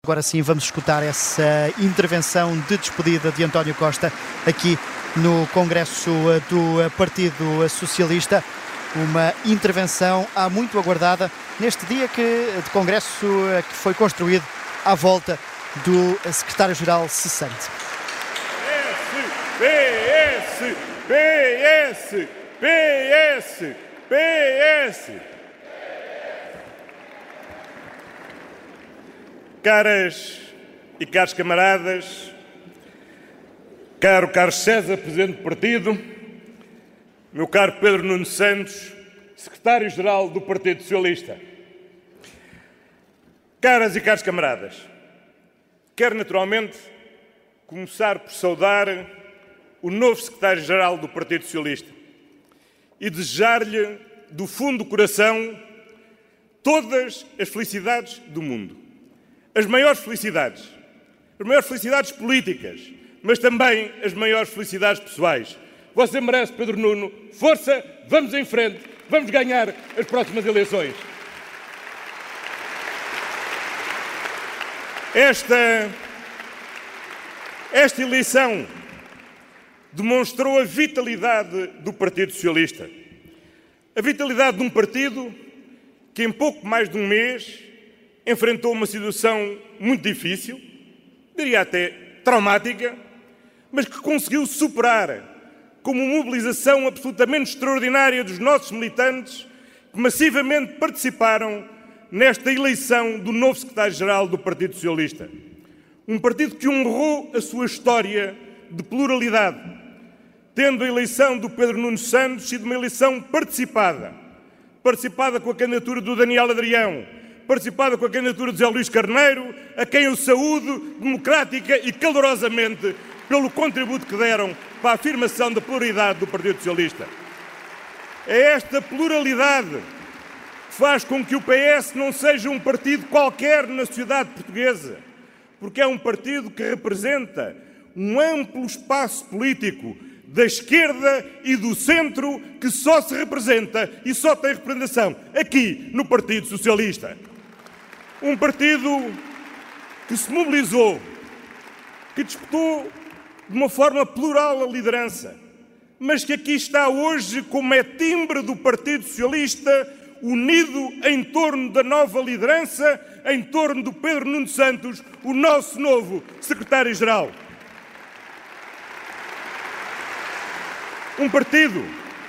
agora sim vamos escutar essa intervenção de despedida de António Costa aqui no Congresso do Partido Socialista. Uma intervenção há muito aguardada neste dia de Congresso que foi construído à volta do secretário-geral cessante. PS, PS, PS, PS. Caras e caros camaradas, caro Carlos César, Presidente do Partido, meu caro Pedro Nuno Santos, Secretário-Geral do Partido Socialista. Caras e caros camaradas, quero naturalmente começar por saudar o novo Secretário-Geral do Partido Socialista e desejar-lhe, do fundo do coração, todas as felicidades do mundo. As maiores felicidades políticas, mas também as maiores felicidades pessoais. Você merece, Pedro Nuno, força, vamos em frente, vamos ganhar as próximas eleições. Esta eleição demonstrou a vitalidade do Partido Socialista. A vitalidade de um partido que em pouco mais de um mês enfrentou uma situação muito difícil, diria até traumática, mas que conseguiu superar com uma mobilização absolutamente extraordinária dos nossos militantes que massivamente participaram nesta eleição do novo secretário-geral do Partido Socialista. Um partido que honrou a sua história de pluralidade, tendo a eleição do Pedro Nuno Santos sido uma eleição participada com a candidatura do Daniel Adrião, participada com a candidatura de José Luís Carneiro, a quem eu saúdo democrática e calorosamente pelo contributo que deram para a afirmação da pluralidade do Partido Socialista. É esta pluralidade que faz com que o PS não seja um partido qualquer na sociedade portuguesa, porque é um partido que representa um amplo espaço político da esquerda e do centro que só se representa e só tem representação aqui no Partido Socialista. Um partido que se mobilizou, que disputou de uma forma plural a liderança, mas que aqui está hoje como é timbre do Partido Socialista, unido em torno da nova liderança, em torno do Pedro Nuno Santos, o nosso novo secretário-geral. Um partido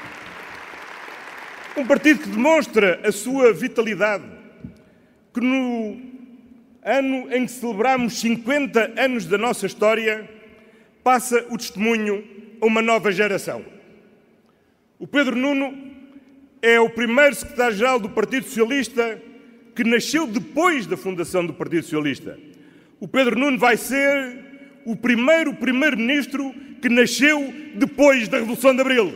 que demonstra a sua vitalidade, que no ano em que celebramos 50 anos da nossa história, passa o testemunho a uma nova geração. O Pedro Nuno é o primeiro secretário-geral do Partido Socialista que nasceu depois da fundação do Partido Socialista. O Pedro Nuno vai ser o primeiro primeiro-ministro que nasceu depois da Revolução de Abril.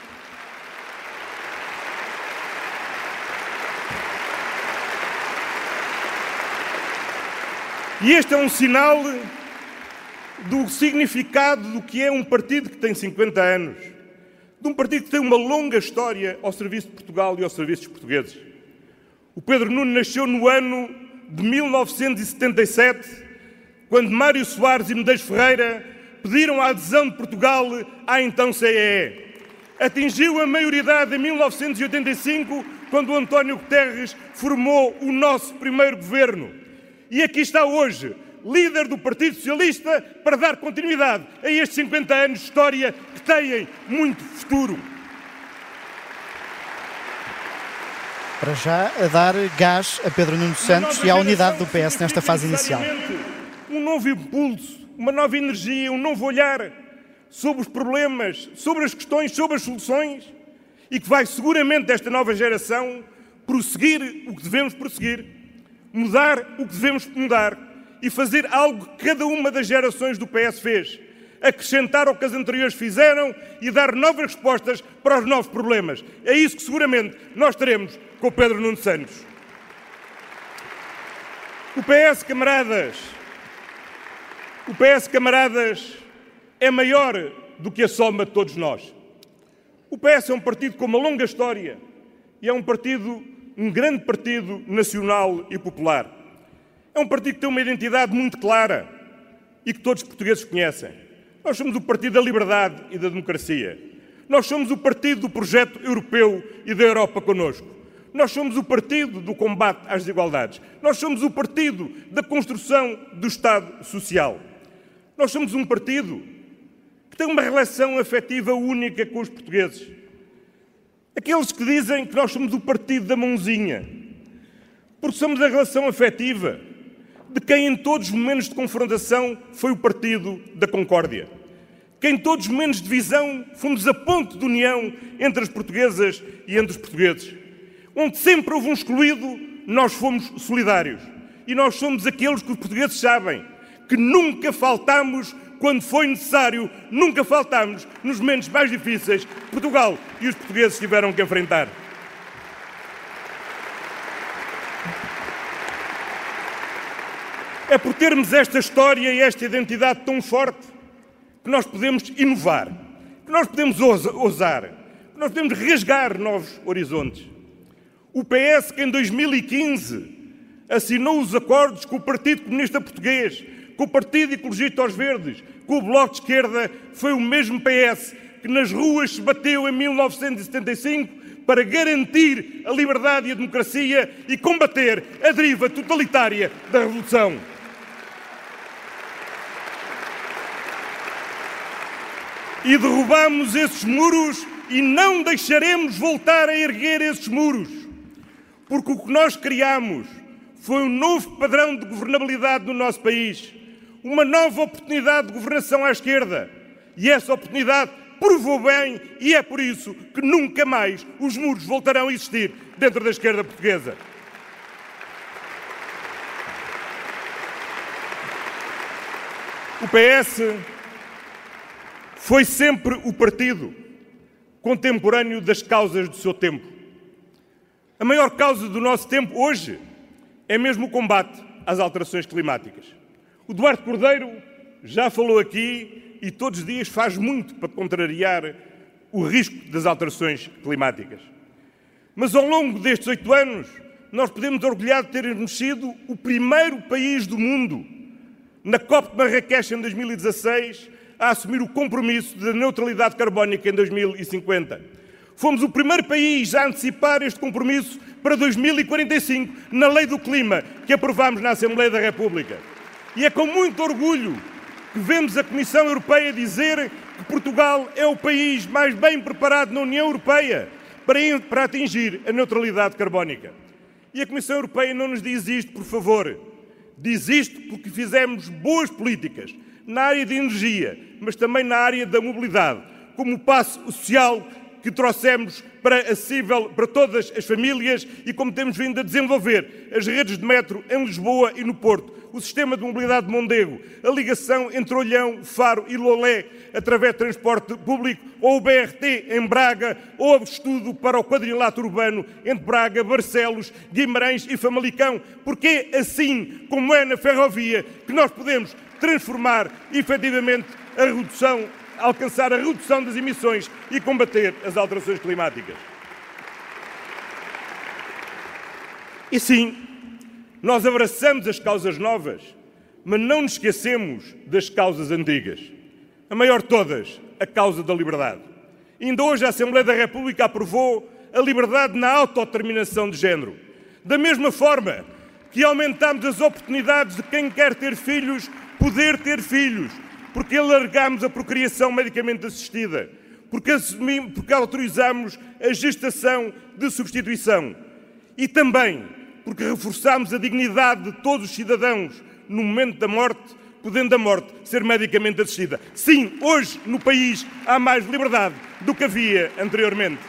E este é um sinal do significado do que é um partido que tem 50 anos, de um partido que tem uma longa história ao serviço de Portugal e aos serviços portugueses. O Pedro Nuno nasceu no ano de 1977, quando Mário Soares e Medeiros Ferreira pediram a adesão de Portugal à então CEE. Atingiu a maioridade em 1985, quando o António Guterres formou o nosso primeiro governo. E aqui está hoje, líder do Partido Socialista, para dar continuidade a estes 50 anos de história que têm muito futuro. Para já, a dar gás a Pedro Nuno Santos e à unidade do PS nesta fase inicial. Um novo impulso, uma nova energia, um novo olhar sobre os problemas, sobre as questões, sobre as soluções, e que vai seguramente esta nova geração prosseguir o que devemos prosseguir, mudar o que devemos mudar e fazer algo que cada uma das gerações do PS fez, acrescentar ao que as anteriores fizeram e dar novas respostas para os novos problemas. É isso que seguramente nós teremos com o Pedro Nuno Santos. O PS, camaradas, é maior do que a soma de todos nós. O PS é um partido com uma longa história e é um grande partido nacional e popular. É um partido que tem uma identidade muito clara e que todos os portugueses conhecem. Nós somos o Partido da Liberdade e da Democracia. Nós somos o partido do projeto europeu e da Europa connosco. Nós somos o partido do combate às desigualdades. Nós somos o partido da construção do Estado Social. Nós somos um partido que tem uma relação afetiva única com os portugueses. Aqueles que dizem que nós somos o partido da mãozinha, porque somos a relação afetiva de quem em todos os momentos de confrontação foi o partido da concórdia. Que em todos os momentos de divisão fomos a ponte de união entre as portuguesas e entre os portugueses. Onde sempre houve um excluído, nós fomos solidários. E nós somos aqueles que os portugueses sabem que nunca faltamos quando foi necessário, nunca faltamos nos momentos mais difíceis que Portugal e os portugueses tiveram que enfrentar. É por termos esta história e esta identidade tão forte que nós podemos inovar, que nós podemos ousar, que nós podemos rasgar novos horizontes. O PS, que em 2015 assinou os acordos com o Partido Comunista Português, com o Partido Ecologista aos Verdes, com o Bloco de Esquerda, foi o mesmo PS que nas ruas se bateu em 1975 para garantir a liberdade e a democracia e combater a deriva totalitária da Revolução. E derrubamos esses muros e não deixaremos voltar a erguer esses muros. Porque o que nós criamos foi um novo padrão de governabilidade no nosso país. Uma nova oportunidade de governação à esquerda. E essa oportunidade provou bem e é por isso que nunca mais os muros voltarão a existir dentro da esquerda portuguesa. O PS foi sempre o partido contemporâneo das causas do seu tempo. A maior causa do nosso tempo hoje é mesmo o combate às alterações climáticas. O Duarte Cordeiro já falou aqui e todos os dias faz muito para contrariar o risco das alterações climáticas. Mas ao longo destes 8 anos, nós podemos orgulhar de termos sido o primeiro país do mundo, na COP de Marrakech em 2016, a assumir o compromisso da neutralidade carbónica em 2050. Fomos o primeiro país a antecipar este compromisso para 2045, na Lei do Clima, que aprovámos na Assembleia da República. E é com muito orgulho que vemos a Comissão Europeia dizer que Portugal é o país mais bem preparado na União Europeia para atingir a neutralidade carbónica. E a Comissão Europeia não nos diz isto, por favor. Diz isto porque fizemos boas políticas na área de energia, mas também na área da mobilidade, como o passe social que trouxemos acessível para todas as famílias e como temos vindo a desenvolver as redes de metro em Lisboa e no Porto, o sistema de mobilidade de Mondego, a ligação entre Olhão, Faro e Lolé através de transporte público, ou o BRT em Braga, ou o estudo para o quadrilátero urbano entre Braga, Barcelos, Guimarães e Famalicão, porque é assim como é na ferrovia que nós podemos transformar efetivamente a redução, alcançar a redução das emissões e combater as alterações climáticas. E sim, nós abraçamos as causas novas, mas não nos esquecemos das causas antigas. A maior de todas, a causa da liberdade. E ainda hoje a Assembleia da República aprovou a liberdade na autodeterminação de género. Da mesma forma que aumentamos as oportunidades de quem quer ter filhos, poder ter filhos, porque alargamos a procriação medicamente assistida, porque autorizamos a gestação de substituição e também porque reforçamos a dignidade de todos os cidadãos no momento da morte, podendo a morte ser medicamente assistida. Sim, hoje no país há mais liberdade do que havia anteriormente.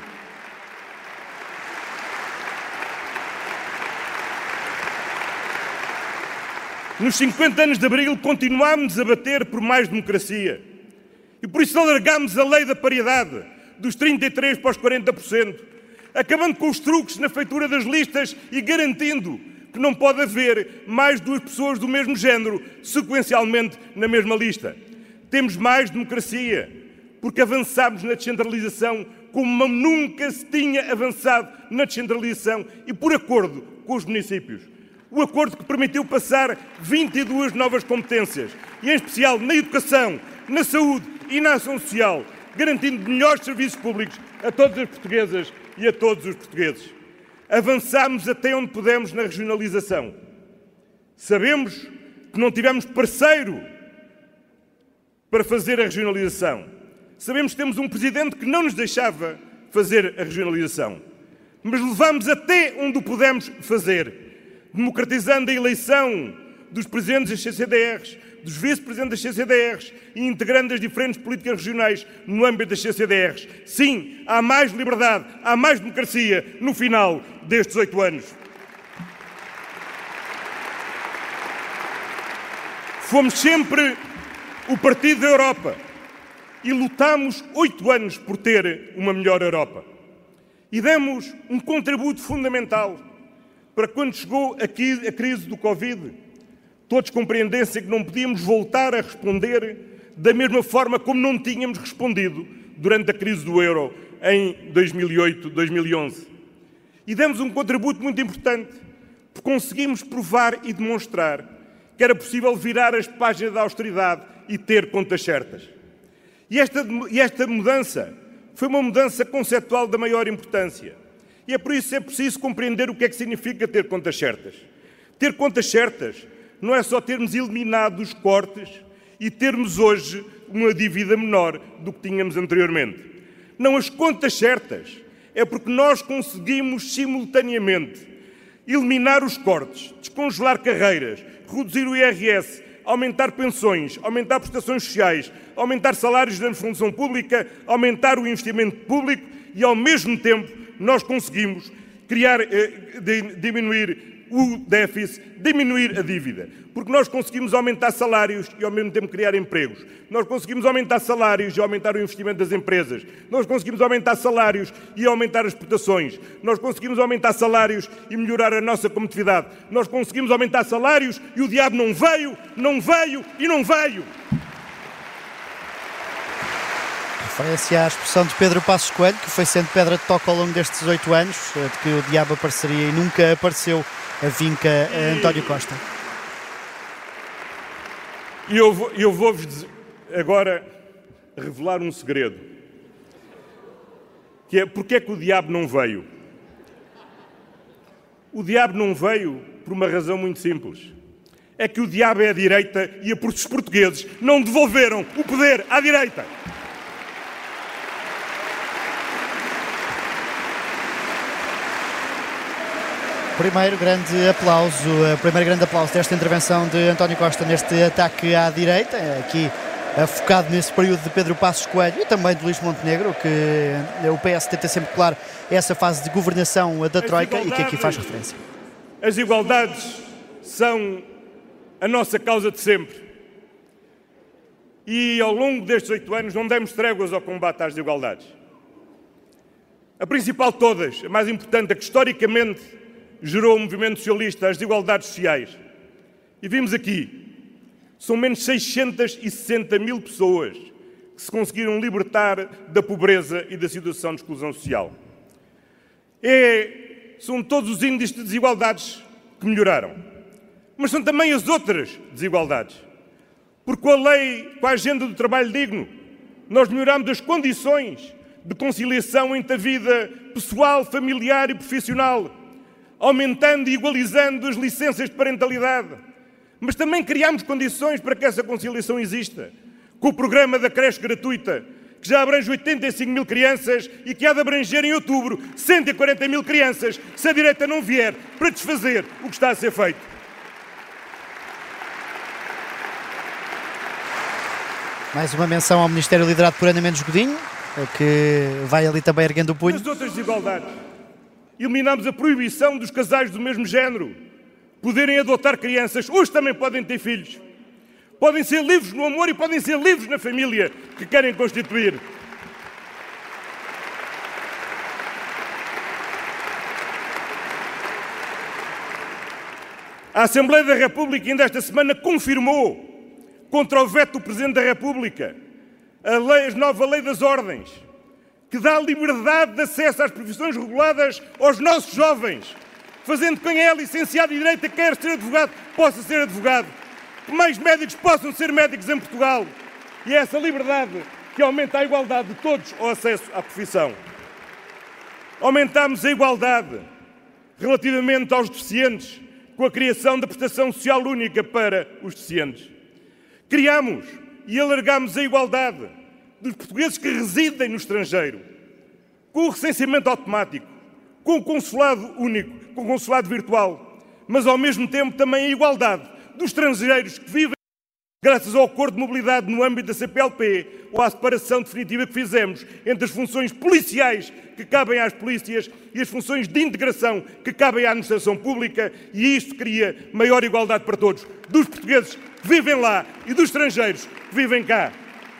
Nos 50 anos de Abril continuámos a bater por mais democracia. E por isso alargámos a lei da paridade, dos 33% para os 40%, acabando com os truques na feitura das listas e garantindo que não pode haver mais 2 pessoas do mesmo género sequencialmente na mesma lista. Temos mais democracia, porque avançámos na descentralização como nunca se tinha avançado na descentralização e por acordo com os municípios. O acordo que permitiu passar 22 novas competências, e em especial na educação, na saúde e na ação social, garantindo melhores serviços públicos a todas as portuguesas e a todos os portugueses. Avançámos até onde pudemos na regionalização. Sabemos que não tivemos parceiro para fazer a regionalização. Sabemos que temos um Presidente que não nos deixava fazer a regionalização. Mas levámos até onde o pudemos fazer, democratizando a eleição dos presidentes das CCDRs, dos vice-presidentes das CCDRs e integrando as diferentes políticas regionais no âmbito das CCDRs. Sim, há mais liberdade, há mais democracia no final destes 8 anos. Fomos sempre o partido da Europa e lutámos 8 anos por ter uma melhor Europa. E demos um contributo fundamental para quando chegou a crise do Covid, todos compreendessem que não podíamos voltar a responder da mesma forma como não tínhamos respondido durante a crise do euro em 2008, 2011. E demos um contributo muito importante, porque conseguimos provar e demonstrar que era possível virar as páginas da austeridade e ter contas certas. E esta mudança foi uma mudança conceptual da maior importância. E é por isso que é preciso compreender o que é que significa ter contas certas. Ter contas certas não é só termos eliminado os cortes e termos hoje uma dívida menor do que tínhamos anteriormente. Não, as contas certas é porque nós conseguimos simultaneamente eliminar os cortes, descongelar carreiras, reduzir o IRS, aumentar pensões, aumentar prestações sociais, aumentar salários da função pública, aumentar o investimento público e, ao mesmo tempo, nós conseguimos diminuir o déficit, diminuir a dívida. Porque nós conseguimos aumentar salários e, ao mesmo tempo, criar empregos. Nós conseguimos aumentar salários e aumentar o investimento das empresas. Nós conseguimos aumentar salários e aumentar as exportações. Nós conseguimos aumentar salários e melhorar a nossa competitividade. Nós conseguimos aumentar salários e o diabo não veio, não veio e não veio. Referência à expressão de Pedro Passos Coelho, que foi sendo pedra de toque ao longo destes 8 anos, de que o diabo apareceria e nunca apareceu, a vinca António Costa. E eu vou-vos agora revelar um segredo, que é porque é que o diabo não veio. O diabo não veio por uma razão muito simples. É que o diabo é a direita e os portugueses não devolveram o poder à direita. Primeiro grande aplauso desta intervenção de António Costa neste ataque à direita, aqui focado nesse período de Pedro Passos Coelho e também de Luís Montenegro, que o PS tenta sempre claro essa fase de governação da Troika e que aqui faz referência. As igualdades são a nossa causa de sempre. E ao longo destes 8 anos não demos tréguas ao combate às desigualdades. A principal de todas, a mais importante, a que historicamente gerou o movimento socialista, as desigualdades sociais. E vimos aqui, são menos 660 mil pessoas que se conseguiram libertar da pobreza e da situação de exclusão social. São todos os índices de desigualdades que melhoraram. Mas são também as outras desigualdades. Porque com a lei, com a agenda do trabalho digno, nós melhoramos as condições de conciliação entre a vida pessoal, familiar e profissional, aumentando e igualizando as licenças de parentalidade. Mas também criámos condições para que essa conciliação exista, com o programa da creche gratuita, que já abrange 85 mil crianças e que há de abranger em outubro 140 mil crianças, se a direita não vier para desfazer o que está a ser feito. Mais uma menção ao Ministério liderado por Ana Mendes Godinho, que vai ali também erguendo o punho. As outras desigualdades. Eliminamos a proibição dos casais do mesmo género poderem adotar crianças. Hoje também podem ter filhos. Podem ser livres no amor e podem ser livres na família que querem constituir. A Assembleia da República ainda esta semana confirmou, contra o veto do Presidente da República, a nova Lei das Ordens, que dá liberdade de acesso às profissões reguladas aos nossos jovens. fazendo quem é licenciado em Direito e quer ser advogado, possa ser advogado. Que mais médicos possam ser médicos em Portugal. E é essa liberdade que aumenta a igualdade de todos ao acesso à profissão. Aumentamos a igualdade relativamente aos deficientes com a criação da prestação social única para os deficientes. Criamos e alargamos a igualdade dos portugueses que residem no estrangeiro, com o recenseamento automático, com o consulado único, com o consulado virtual, mas ao mesmo tempo também a igualdade dos estrangeiros que vivem graças ao acordo de mobilidade no âmbito da CPLP ou à separação definitiva que fizemos entre as funções policiais que cabem às polícias e as funções de integração que cabem à administração pública, e isto cria maior igualdade para todos, dos portugueses que vivem lá e dos estrangeiros que vivem cá.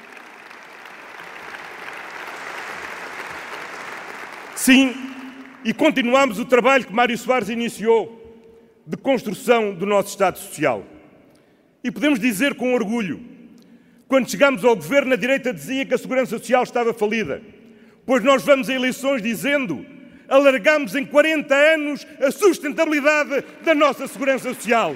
Sim, e continuamos o trabalho que Mário Soares iniciou de construção do nosso Estado Social. E podemos dizer com orgulho, quando chegámos ao governo, a direita dizia que a Segurança Social estava falida. Pois nós vamos a eleições dizendo, alargamos em 40 anos a sustentabilidade da nossa Segurança Social.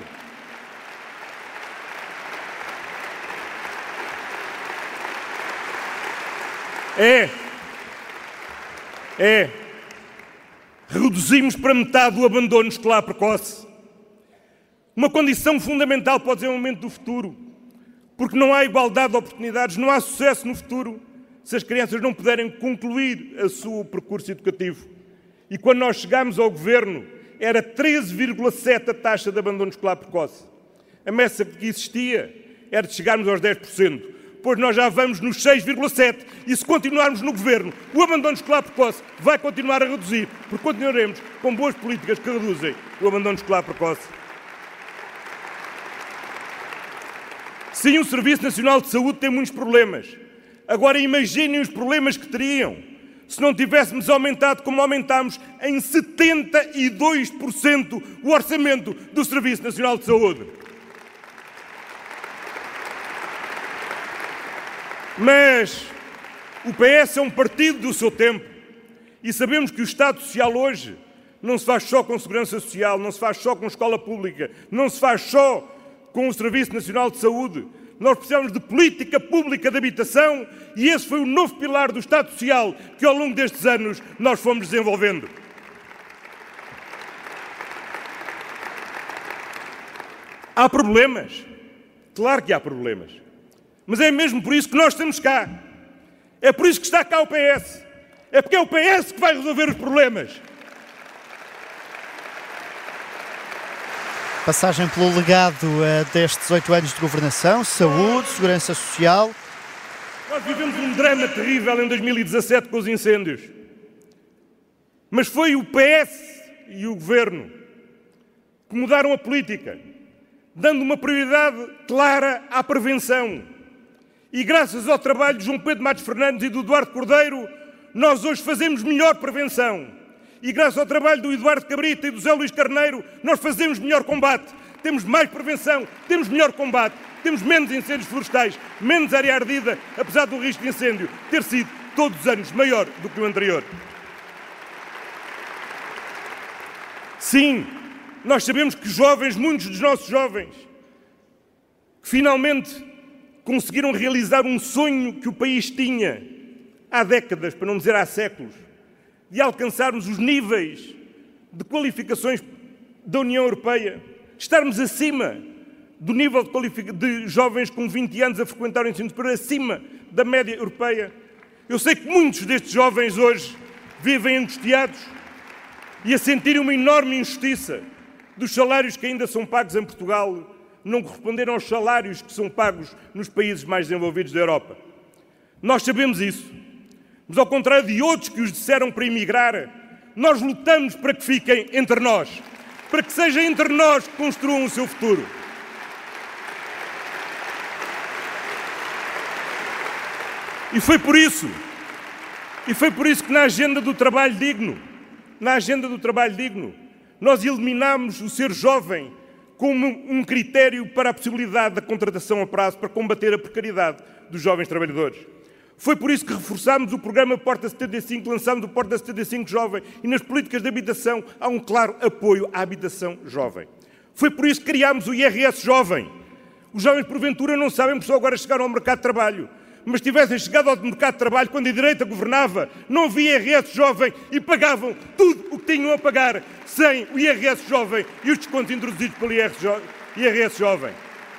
Reduzimos para metade o abandono escolar precoce. Uma condição fundamental para o desenvolvimento do futuro, porque não há igualdade de oportunidades, não há sucesso no futuro se as crianças não puderem concluir o seu percurso educativo. E quando nós chegámos ao governo, era 13,7% a taxa de abandono escolar precoce. A meta que existia era de chegarmos aos 10%, pois nós já vamos nos 6,7%, e se continuarmos no governo, o abandono escolar precoce vai continuar a reduzir, porque continuaremos com boas políticas que reduzem o abandono escolar precoce. Sim, o Serviço Nacional de Saúde tem muitos problemas. Agora imaginem os problemas que teriam se não tivéssemos aumentado, como aumentámos, em 72% o orçamento do Serviço Nacional de Saúde. Mas o PS é um partido do seu tempo e sabemos que o Estado Social hoje não se faz só com segurança social, não se faz só com escola pública, não se faz só com o Serviço Nacional de Saúde. Nós precisamos de política pública de habitação e esse foi o novo pilar do Estado Social que ao longo destes anos nós fomos desenvolvendo. Há problemas? Claro que há problemas. Mas é mesmo por isso que nós estamos cá. É por isso que está cá o PS. É porque é o PS que vai resolver os problemas. Passagem pelo legado destes 8 anos de governação, saúde, segurança social. Nós vivemos um drama terrível em 2017 com os incêndios. Mas foi o PS e o Governo que mudaram a política, dando uma prioridade clara à prevenção. E graças ao trabalho de João Pedro Matos Fernandes e do Eduardo Cordeiro, nós hoje fazemos melhor prevenção. E graças ao trabalho do Eduardo Cabrita e do Zé Luís Carneiro, nós fazemos melhor combate. Temos mais prevenção, temos melhor combate, temos menos incêndios florestais, menos área ardida, apesar do risco de incêndio ter sido todos os anos maior do que o anterior. Sim, nós sabemos que jovens, muitos dos nossos jovens, que finalmente conseguiram realizar um sonho que o país tinha há décadas, para não dizer há séculos, de alcançarmos os níveis de qualificações da União Europeia, estarmos acima do nível de jovens com 20 anos a frequentar o ensino superior, acima da média europeia. Eu sei que muitos destes jovens hoje vivem angustiados e a sentirem uma enorme injustiça dos salários que ainda são pagos em Portugal não corresponderam aos salários que são pagos nos países mais desenvolvidos da Europa. Nós sabemos isso. Mas ao contrário de outros que os disseram para emigrar, nós lutamos para que fiquem entre nós, para que seja entre nós que construam o seu futuro. E foi por isso que na agenda do trabalho digno, nós eliminámos o ser jovem como um critério para a possibilidade da contratação a prazo para combater a precariedade dos jovens trabalhadores. Foi por isso que reforçámos o programa Porta 75, lançámos o Porta 75 Jovem e nas políticas de habitação há um claro apoio à habitação jovem. Foi por isso que criámos o IRS Jovem. Os jovens, porventura, não sabem porque só agora chegaram ao mercado de trabalho. Mas tivessem chegado ao mercado de trabalho quando a direita governava, não havia IRS Jovem e pagavam tudo o que tinham a pagar sem o IRS Jovem e os descontos introduzidos pelo IRS Jovem.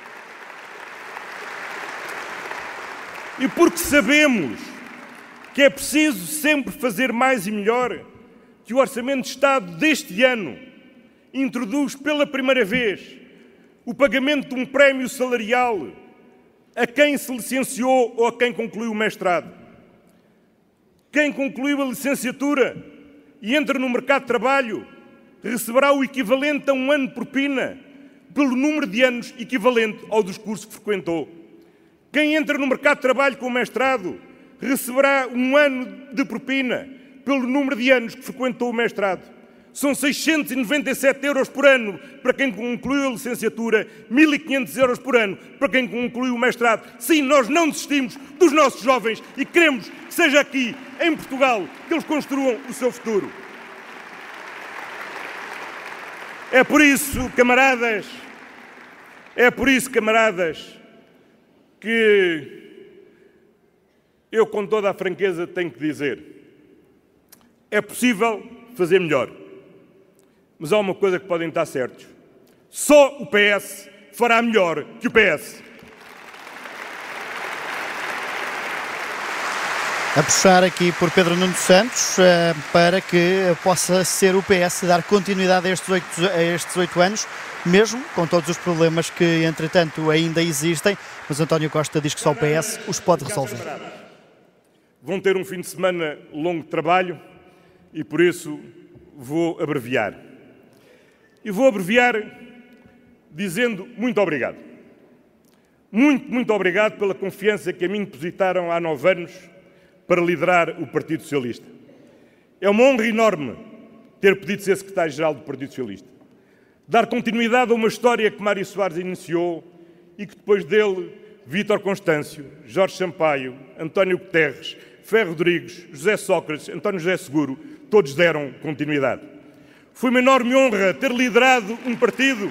E porque sabemos que é preciso sempre fazer mais e melhor, que o Orçamento de Estado deste ano introduz pela primeira vez o pagamento de um prémio salarial a quem se licenciou ou a quem concluiu o mestrado. Quem concluiu a licenciatura e entra no mercado de trabalho receberá o equivalente a um ano de propina pelo número de anos equivalente ao dos cursos que frequentou. Quem entra no mercado de trabalho com o mestrado receberá um ano de propina pelo número de anos que frequentou o mestrado. São 697 euros por ano para quem concluiu a licenciatura, 1.500 euros por ano para quem concluiu o mestrado. Sim, nós não desistimos dos nossos jovens e queremos que seja aqui, em Portugal, que eles construam o seu futuro. É por isso, camaradas, que eu, com toda a franqueza, tenho que dizer: é possível fazer melhor. Mas há uma coisa que podem estar certos: só o PS fará melhor que o PS. A puxar aqui por Pedro Nuno Santos para que possa ser o PS dar continuidade a estes 8 anos, mesmo com todos os problemas que, entretanto, ainda existem. Mas António Costa diz que só o PS os pode resolver. Vão ter um fim de semana longo de trabalho e, por isso, vou abreviar. E vou abreviar dizendo muito obrigado. Muito obrigado pela confiança que a mim depositaram há 9 anos para liderar o Partido Socialista. É uma honra enorme ter podido ser secretário-geral do Partido Socialista. Dar continuidade a uma história que Mário Soares iniciou e que depois dele Vítor Constâncio, Jorge Sampaio, António Guterres, Ferro Rodrigues, José Sócrates, António José Seguro, todos deram continuidade. Foi uma enorme honra ter liderado um partido.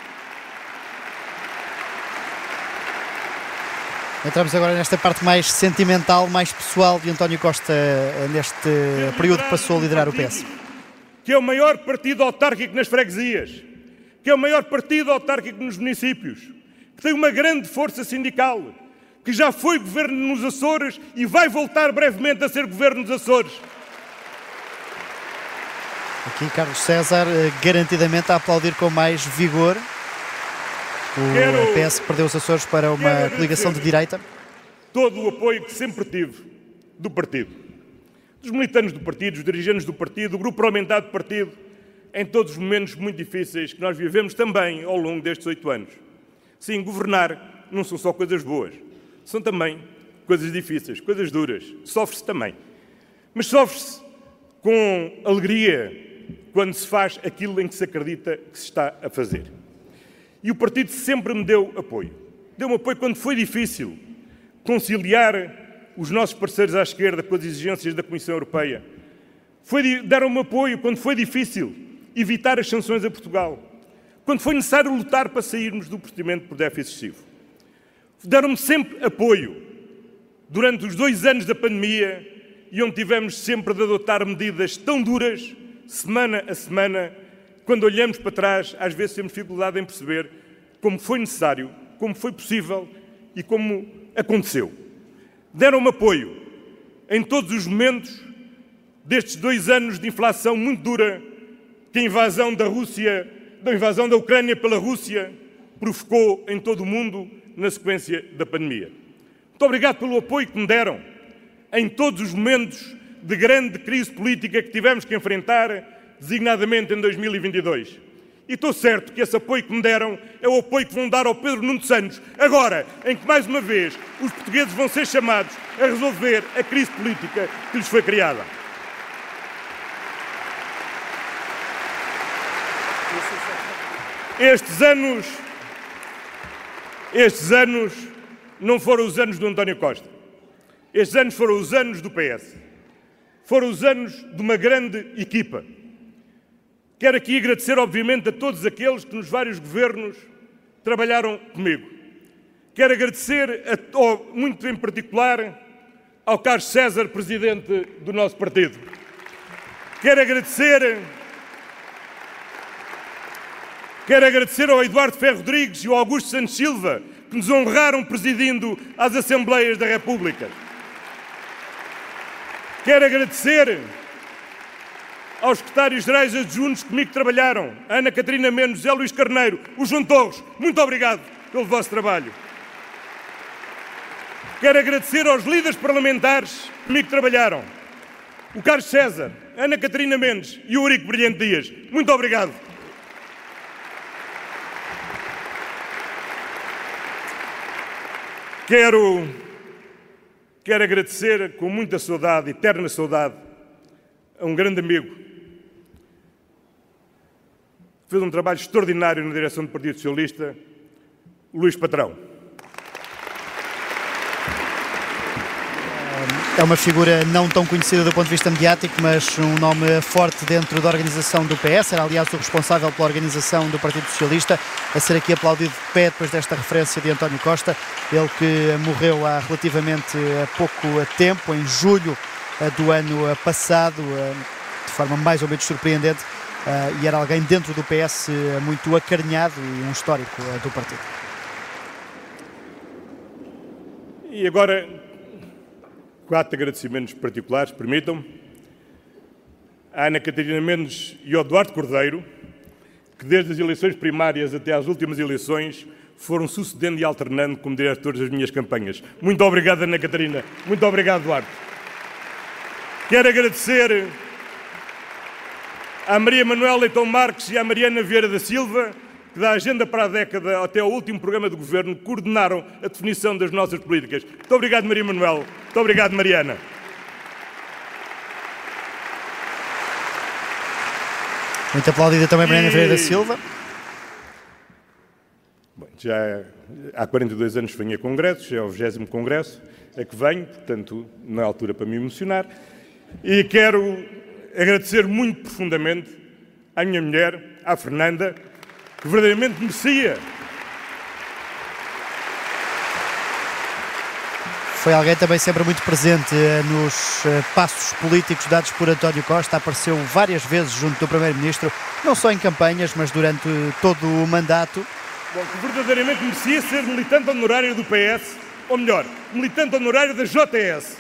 Entramos agora nesta parte mais sentimental, mais pessoal de António Costa neste período que passou a liderar o PS. Que é o maior partido autárquico nas freguesias, que é o maior partido autárquico nos municípios, que tem uma grande força sindical, que já foi governo nos Açores e vai voltar brevemente a ser governo nos Açores. Aqui Carlos César garantidamente a aplaudir com mais vigor. O PS perdeu os Açores para uma coligação de direita. Todo o apoio que sempre tive do partido, dos militantes do partido, dos dirigentes do partido, do grupo parlamentar do partido, em todos os momentos muito difíceis que nós vivemos também ao longo destes 8 anos. Sim, governar não são só coisas boas, são também coisas difíceis, coisas duras. Sofre-se também. Mas sofre-se com alegria quando se faz aquilo em que se acredita que se está a fazer. E o partido sempre me deu apoio. Deu-me apoio quando foi difícil conciliar os nossos parceiros à esquerda com as exigências da Comissão Europeia. Deram-me apoio quando foi difícil evitar as sanções a Portugal. Quando foi necessário lutar para sairmos do procedimento por déficit excessivo. Deram-me sempre apoio durante os 2 anos da pandemia e onde tivemos sempre de adotar medidas tão duras, semana a semana. Quando olhamos para trás, às vezes temos dificuldade em perceber como foi necessário, como foi possível e como aconteceu. Deram-me apoio em todos os momentos destes 2 anos de inflação muito dura que a invasão da Ucrânia pela Rússia provocou em todo o mundo na sequência da pandemia. Muito obrigado pelo apoio que me deram em todos os momentos de grande crise política que tivemos que enfrentar, designadamente em 2022. E estou certo que esse apoio que me deram é o apoio que vão dar ao Pedro Nuno Santos, agora em que, mais uma vez, os portugueses vão ser chamados a resolver a crise política que lhes foi criada. Estes anos não foram os anos do António Costa. Estes anos foram os anos do PS. Foram os anos de uma grande equipa. Quero aqui agradecer, obviamente, a todos aqueles que nos vários governos trabalharam comigo. Quero agradecer, muito em particular, ao Carlos César, presidente do nosso partido. Quero agradecer ao Eduardo Ferro Rodrigues e ao Augusto Santos Silva, que nos honraram presidindo as Assembleias da República. Quero agradecer aos secretários-gerais adjuntos que comigo trabalharam, a Ana Catarina Menos, José Luís Carneiro, o João Torres. Muito obrigado pelo vosso trabalho. Quero agradecer aos líderes parlamentares que comigo trabalharam, o Carlos César, a Ana Catarina Mendes e o Eurico Brilhante Dias. Muito obrigado. Quero agradecer com muita saudade, eterna saudade, a um grande amigo que fez um trabalho extraordinário na direção do Partido Socialista, Luís Patrão. É uma figura não tão conhecida do ponto de vista mediático, mas um nome forte dentro da organização do PS. Era, aliás, o responsável pela organização do Partido Socialista, a ser aqui aplaudido de pé depois desta referência de António Costa. Ele que morreu há relativamente pouco tempo, em julho do ano passado, de forma mais ou menos surpreendente, e era alguém dentro do PS muito acarinhado e um histórico do partido. E agora, 4 agradecimentos particulares, permitam-me. A Ana Catarina Mendes e ao Eduardo Cordeiro, que desde as eleições primárias até às últimas eleições foram sucedendo e alternando como diretores das minhas campanhas. Muito obrigado, Ana Catarina. Muito obrigado, Eduardo. Quero agradecer à Maria Manuela Leitão Marques e à Mariana Vieira da Silva, que da agenda para a década até ao último programa de governo coordenaram a definição das nossas políticas. Muito obrigado, Maria Manuela. Muito obrigado, Mariana. Muito aplaudida também Mariana Vieira da Silva. Bom, já há 42 anos venho a congressos, é o 20º congresso a que venho, portanto não é altura para me emocionar. E quero agradecer muito profundamente à minha mulher, à Fernanda, que verdadeiramente merecia. Foi alguém também sempre muito presente nos passos políticos dados por António Costa. Apareceu várias vezes junto do Primeiro-Ministro, não só em campanhas, mas durante todo o mandato. Bom, que verdadeiramente merecia ser militante honorário do PS, ou melhor, militante honorário da JS.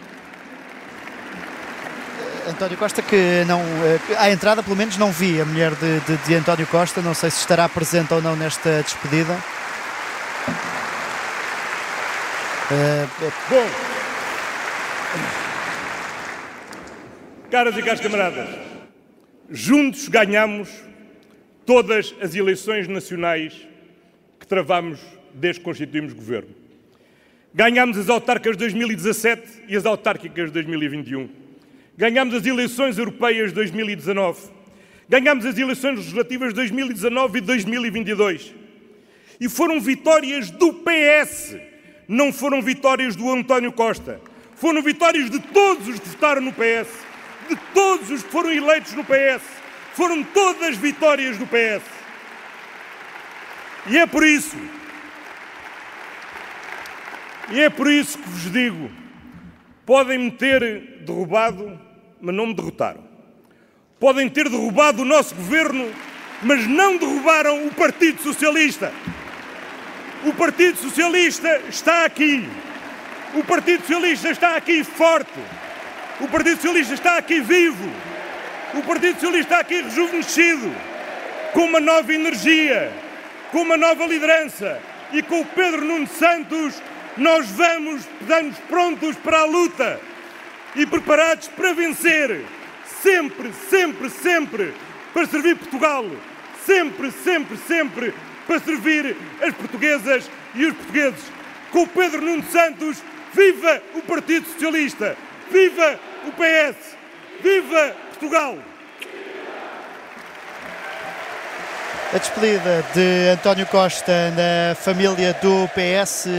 António Costa, que não, à entrada pelo menos não vi a mulher de António Costa, não sei se estará presente ou não nesta despedida. Bom, caras e caros camaradas, juntos ganhamos todas as eleições nacionais que travámos desde que constituímos governo. Ganhámos as autárquicas de 2017 e as autárquicas de 2021. Ganhámos as eleições europeias de 2019. Ganhámos as eleições legislativas de 2019 e 2022. E foram vitórias do PS, não foram vitórias do António Costa. Foram vitórias de todos os que votaram no PS, de todos os que foram eleitos no PS. Foram todas vitórias do PS. E é por isso que vos digo, podem-me ter derrubado, mas não me derrotaram. Podem ter derrubado o nosso governo, mas não derrubaram o Partido Socialista. O Partido Socialista está aqui. O Partido Socialista está aqui forte. O Partido Socialista está aqui vivo. O Partido Socialista está aqui rejuvenescido, com uma nova energia, com uma nova liderança. E com o Pedro Nuno Santos nós estamos prontos para a luta e preparados para vencer. Sempre, sempre, sempre para servir Portugal. Sempre, sempre, sempre para servir as portuguesas e os portugueses. Com o Pedro Nuno Santos, viva o Partido Socialista, viva o PS, viva Portugal! A despedida de António Costa na família do PS.